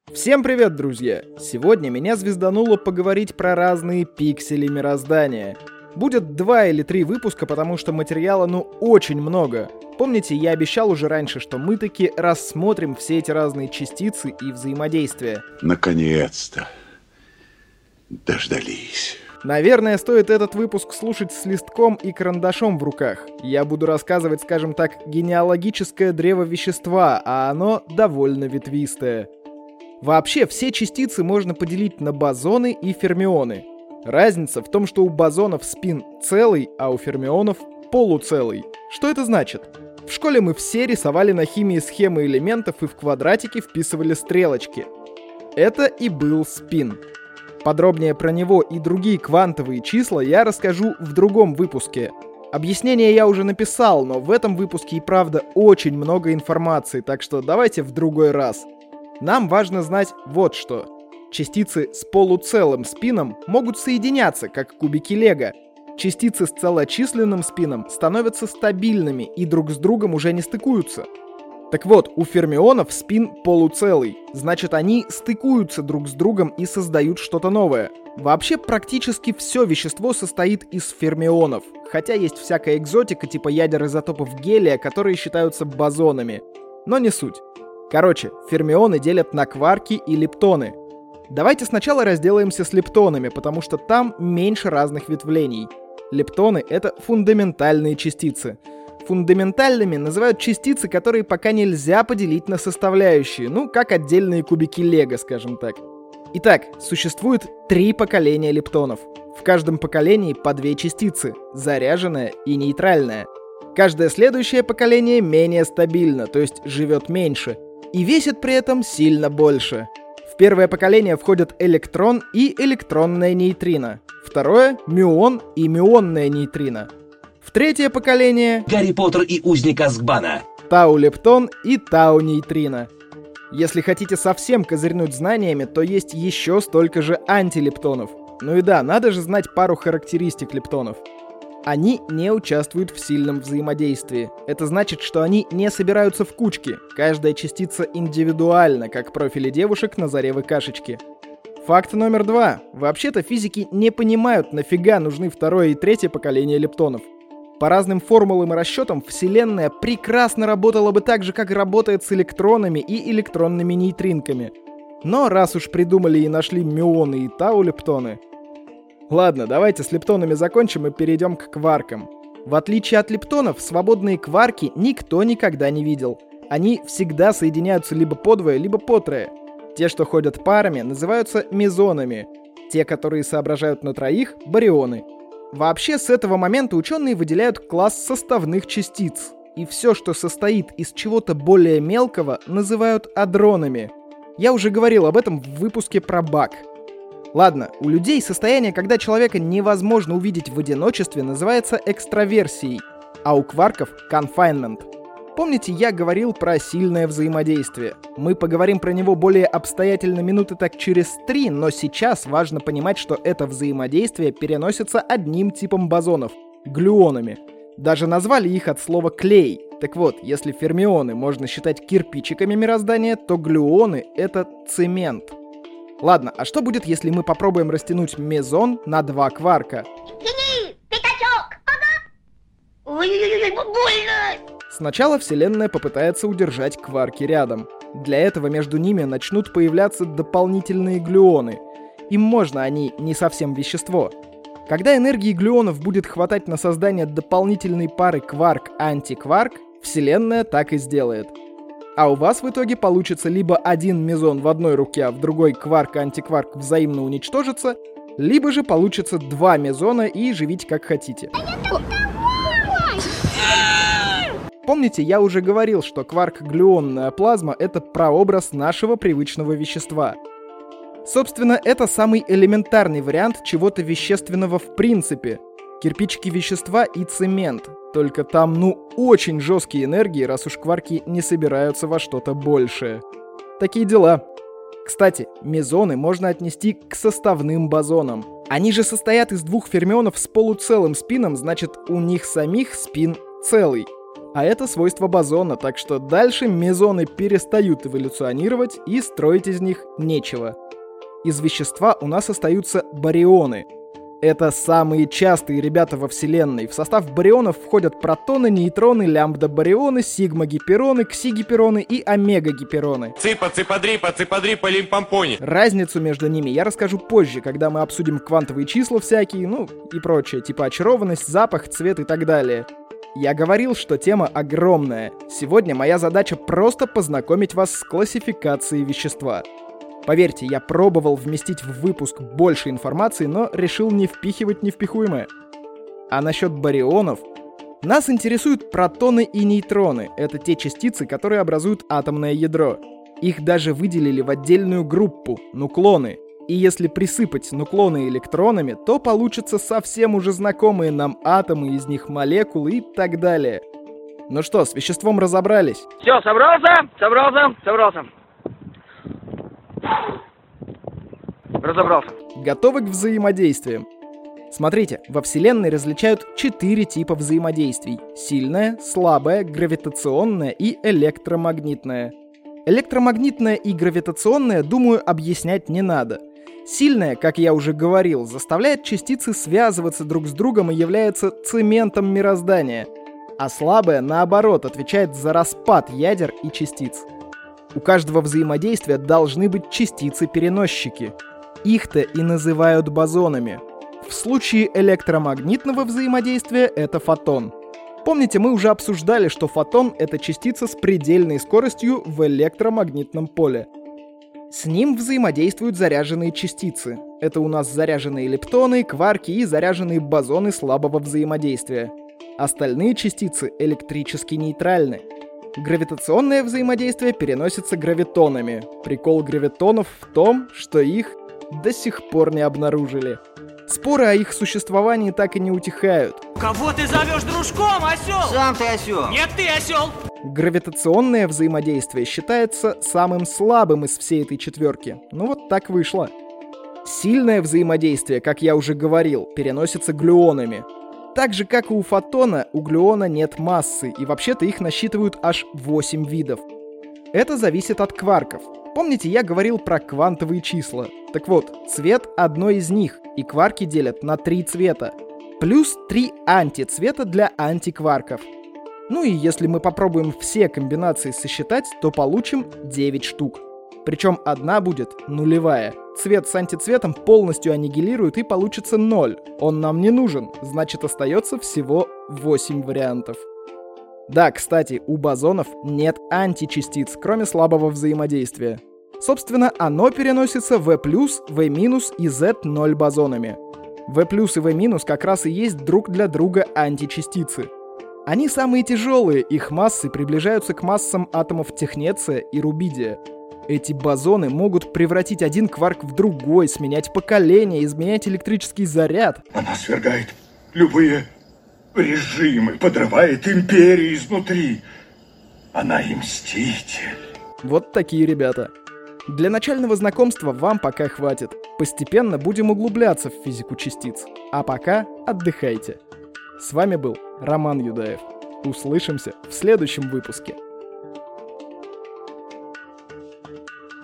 Всем привет, друзья! Сегодня меня звездануло поговорить про разные пиксели мироздания. Будет 2 или 3 выпуска, потому что материала очень много. Помните, я обещал уже раньше, что мы таки рассмотрим все эти разные частицы и взаимодействия. Наконец-то дождались. Наверное, стоит этот выпуск слушать с листком и карандашом в руках. Я буду рассказывать, скажем так, генеалогическое древо вещества, а оно довольно ветвистое. Вообще, все частицы можно поделить на бозоны и фермионы. Разница в том, что у бозонов спин целый, а у фермионов полуцелый. Что это значит? В школе мы все рисовали на химии схемы элементов и в квадратики вписывали стрелочки. Это и был спин. Подробнее про него и другие квантовые числа я расскажу в другом выпуске. Объяснение я уже написал, но в этом выпуске и правда очень много информации, так что давайте в другой раз. Нам важно знать вот что. Частицы с полуцелым спином могут соединяться, как кубики лего. Частицы с целочисленным спином становятся стабильными и друг с другом уже не стыкуются. Так вот, у фермионов спин полуцелый, значит, они стыкуются друг с другом и создают что-то новое. Вообще, практически все вещество состоит из фермионов, хотя есть всякая экзотика типа ядер изотопов гелия, которые считаются бозонами. Но не суть. Короче, фермионы делят на кварки и лептоны. Давайте сначала разделаемся с лептонами, потому что там меньше разных ветвлений. Лептоны — это фундаментальные частицы. Фундаментальными называют частицы, которые пока нельзя поделить на составляющие, как отдельные кубики лего, скажем так. Итак, существует 3 поколения лептонов. В каждом поколении по 2 частицы — заряженная и нейтральная. Каждое следующее поколение менее стабильно, то есть живет меньше, и весит при этом сильно больше. В первое поколение входят электрон и электронная нейтрино. Второе — мюон и мюонная нейтрино. В третье поколение — Гарри Поттер и узник Азкбана. тау-лептон и тау-нейтрино. Если хотите совсем козырнуть знаниями, то есть еще столько же антилептонов. Ну и да, надо же знать пару характеристик лептонов. Они не участвуют в сильном взаимодействии. Это значит, что они не собираются в кучки. Каждая частица индивидуальна, как профили девушек на заре ВКшечки. Факт номер 2. Вообще-то физики не понимают, нафига нужны второе и третье поколение лептонов. По разным формулам и расчетам Вселенная прекрасно работала бы так же, как работает с электронами и электронными нейтринками. Но раз уж придумали и нашли мюоны и тау-лептоны... Ладно, давайте с лептонами закончим и перейдем к кваркам. В отличие от лептонов, свободные кварки никто никогда не видел. Они всегда соединяются либо подвое, либо потрое. Те, что ходят парами, называются мезонами. Те, которые соображают на троих, — барионы. Вообще, с этого момента ученые выделяют класс составных частиц. И все, что состоит из чего-то более мелкого, называют адронами. Я уже говорил об этом в выпуске про Бак. Ладно, у людей состояние, когда человека невозможно увидеть в одиночестве, называется экстраверсией, а у кварков — confinement. Помните, я говорил про сильное взаимодействие? Мы поговорим про него более обстоятельно минуты так через 3, но сейчас важно понимать, что это взаимодействие переносится одним типом бозонов — глюонами. Даже назвали их от слова «клей». Так вот, если фермионы можно считать кирпичиками мироздания, то глюоны — это цемент. Ладно, а что будет, если мы попробуем растянуть мезон на 2 кварка? Пятачок! Ага! Ой-ой-ой, больно! Сначала Вселенная попытается удержать кварки рядом. Для этого между ними начнут появляться дополнительные глюоны. Им можно, они не совсем вещество. Когда энергии глюонов будет хватать на создание дополнительной пары кварк-антикварк, Вселенная так и сделает. А у вас в итоге получится либо один мезон в одной руке, а в другой кварк-антикварк взаимно уничтожится, либо же получится 2 мезона и живите как хотите. Помните, я уже говорил, что кварк-глюонная плазма — это прообраз нашего привычного вещества. Собственно, это самый элементарный вариант чего-то вещественного в принципе. Кирпичики вещества и цемент. Только там, очень жесткие энергии, раз уж кварки не собираются во что-то большее. Такие дела. Кстати, мезоны можно отнести к составным бозонам. Они же состоят из 2 фермионов с полуцелым спином, значит, у них самих спин целый. А это свойство бозона, так что дальше мезоны перестают эволюционировать и строить из них нечего. Из вещества у нас остаются барионы. Это самые частые ребята во Вселенной. В состав барионов входят протоны, нейтроны, лямбда-барионы, сигма-гипероны, кси-гипероны и омега-гипероны. Ципа, ципадрипа, ципадрипа, лимпампони. Разницу между ними я расскажу позже, когда мы обсудим квантовые числа всякие, и прочее, типа очарованность, запах, цвет и так далее. Я говорил, что тема огромная. Сегодня моя задача просто познакомить вас с классификацией вещества. Поверьте, я пробовал вместить в выпуск больше информации, но решил не впихивать невпихуемое. А насчет барионов... Нас интересуют протоны и нейтроны. Это те частицы, которые образуют атомное ядро. Их даже выделили в отдельную группу — нуклоны. И если присыпать нуклоны электронами, то получатся совсем уже знакомые нам атомы, из них молекулы и так далее. Ну что, с веществом разобрались? Все, собрался. Разобрался. Готовы к взаимодействиям? Смотрите, во Вселенной различают 4 типа взаимодействий: сильное, слабое, гравитационное и электромагнитное. Электромагнитное и гравитационное, думаю, объяснять не надо. Сильное, как я уже говорил, заставляет частицы связываться друг с другом и является цементом мироздания. А слабое, наоборот, отвечает за распад ядер и частиц. У каждого взаимодействия должны быть частицы-переносчики. Их-то и называют бозонами. В случае электромагнитного взаимодействия это фотон. Помните, мы уже обсуждали, что фотон — это частица с предельной скоростью в электромагнитном поле. С ним взаимодействуют заряженные частицы. Это у нас заряженные лептоны, кварки и заряженные бозоны слабого взаимодействия. Остальные частицы электрически нейтральны. Гравитационное взаимодействие переносится гравитонами. Прикол гравитонов в том, что их до сих пор не обнаружили. Споры о их существовании так и не утихают. Кого ты зовешь дружком, осел? Сам ты осел. Нет, ты осел. Гравитационное взаимодействие считается самым слабым из всей этой четверки. Ну вот так вышло. Сильное взаимодействие, как я уже говорил, переносится глюонами. Так же, как и у фотона, у глюона нет массы, и вообще-то их насчитывают аж 8 видов. Это зависит от кварков. Помните, я говорил про квантовые числа? Так вот, цвет одно из них, и кварки делят на 3 цвета. Плюс 3 антицвета для антикварков. Ну и если мы попробуем все комбинации сосчитать, то получим 9 штук. Причем одна будет нулевая. Цвет с антицветом полностью аннигилирует и получится 0. Он нам не нужен, значит остается всего 8 вариантов. Да, кстати, у бозонов нет античастиц, кроме слабого взаимодействия. Собственно, оно переносится V+, V- и Z0 бозонами. V+ и V- как раз и есть друг для друга античастицы. Они самые тяжелые, их массы приближаются к массам атомов технеция и рубидия. Эти бозоны могут превратить один кварк в другой, сменять поколение, изменять электрический заряд. Она свергает любые режимы, подрывает империи изнутри. Она и мститель. Вот такие ребята. Для начального знакомства вам пока хватит. Постепенно будем углубляться в физику частиц. А пока отдыхайте. С вами был Роман Юдаев. Услышимся в следующем выпуске.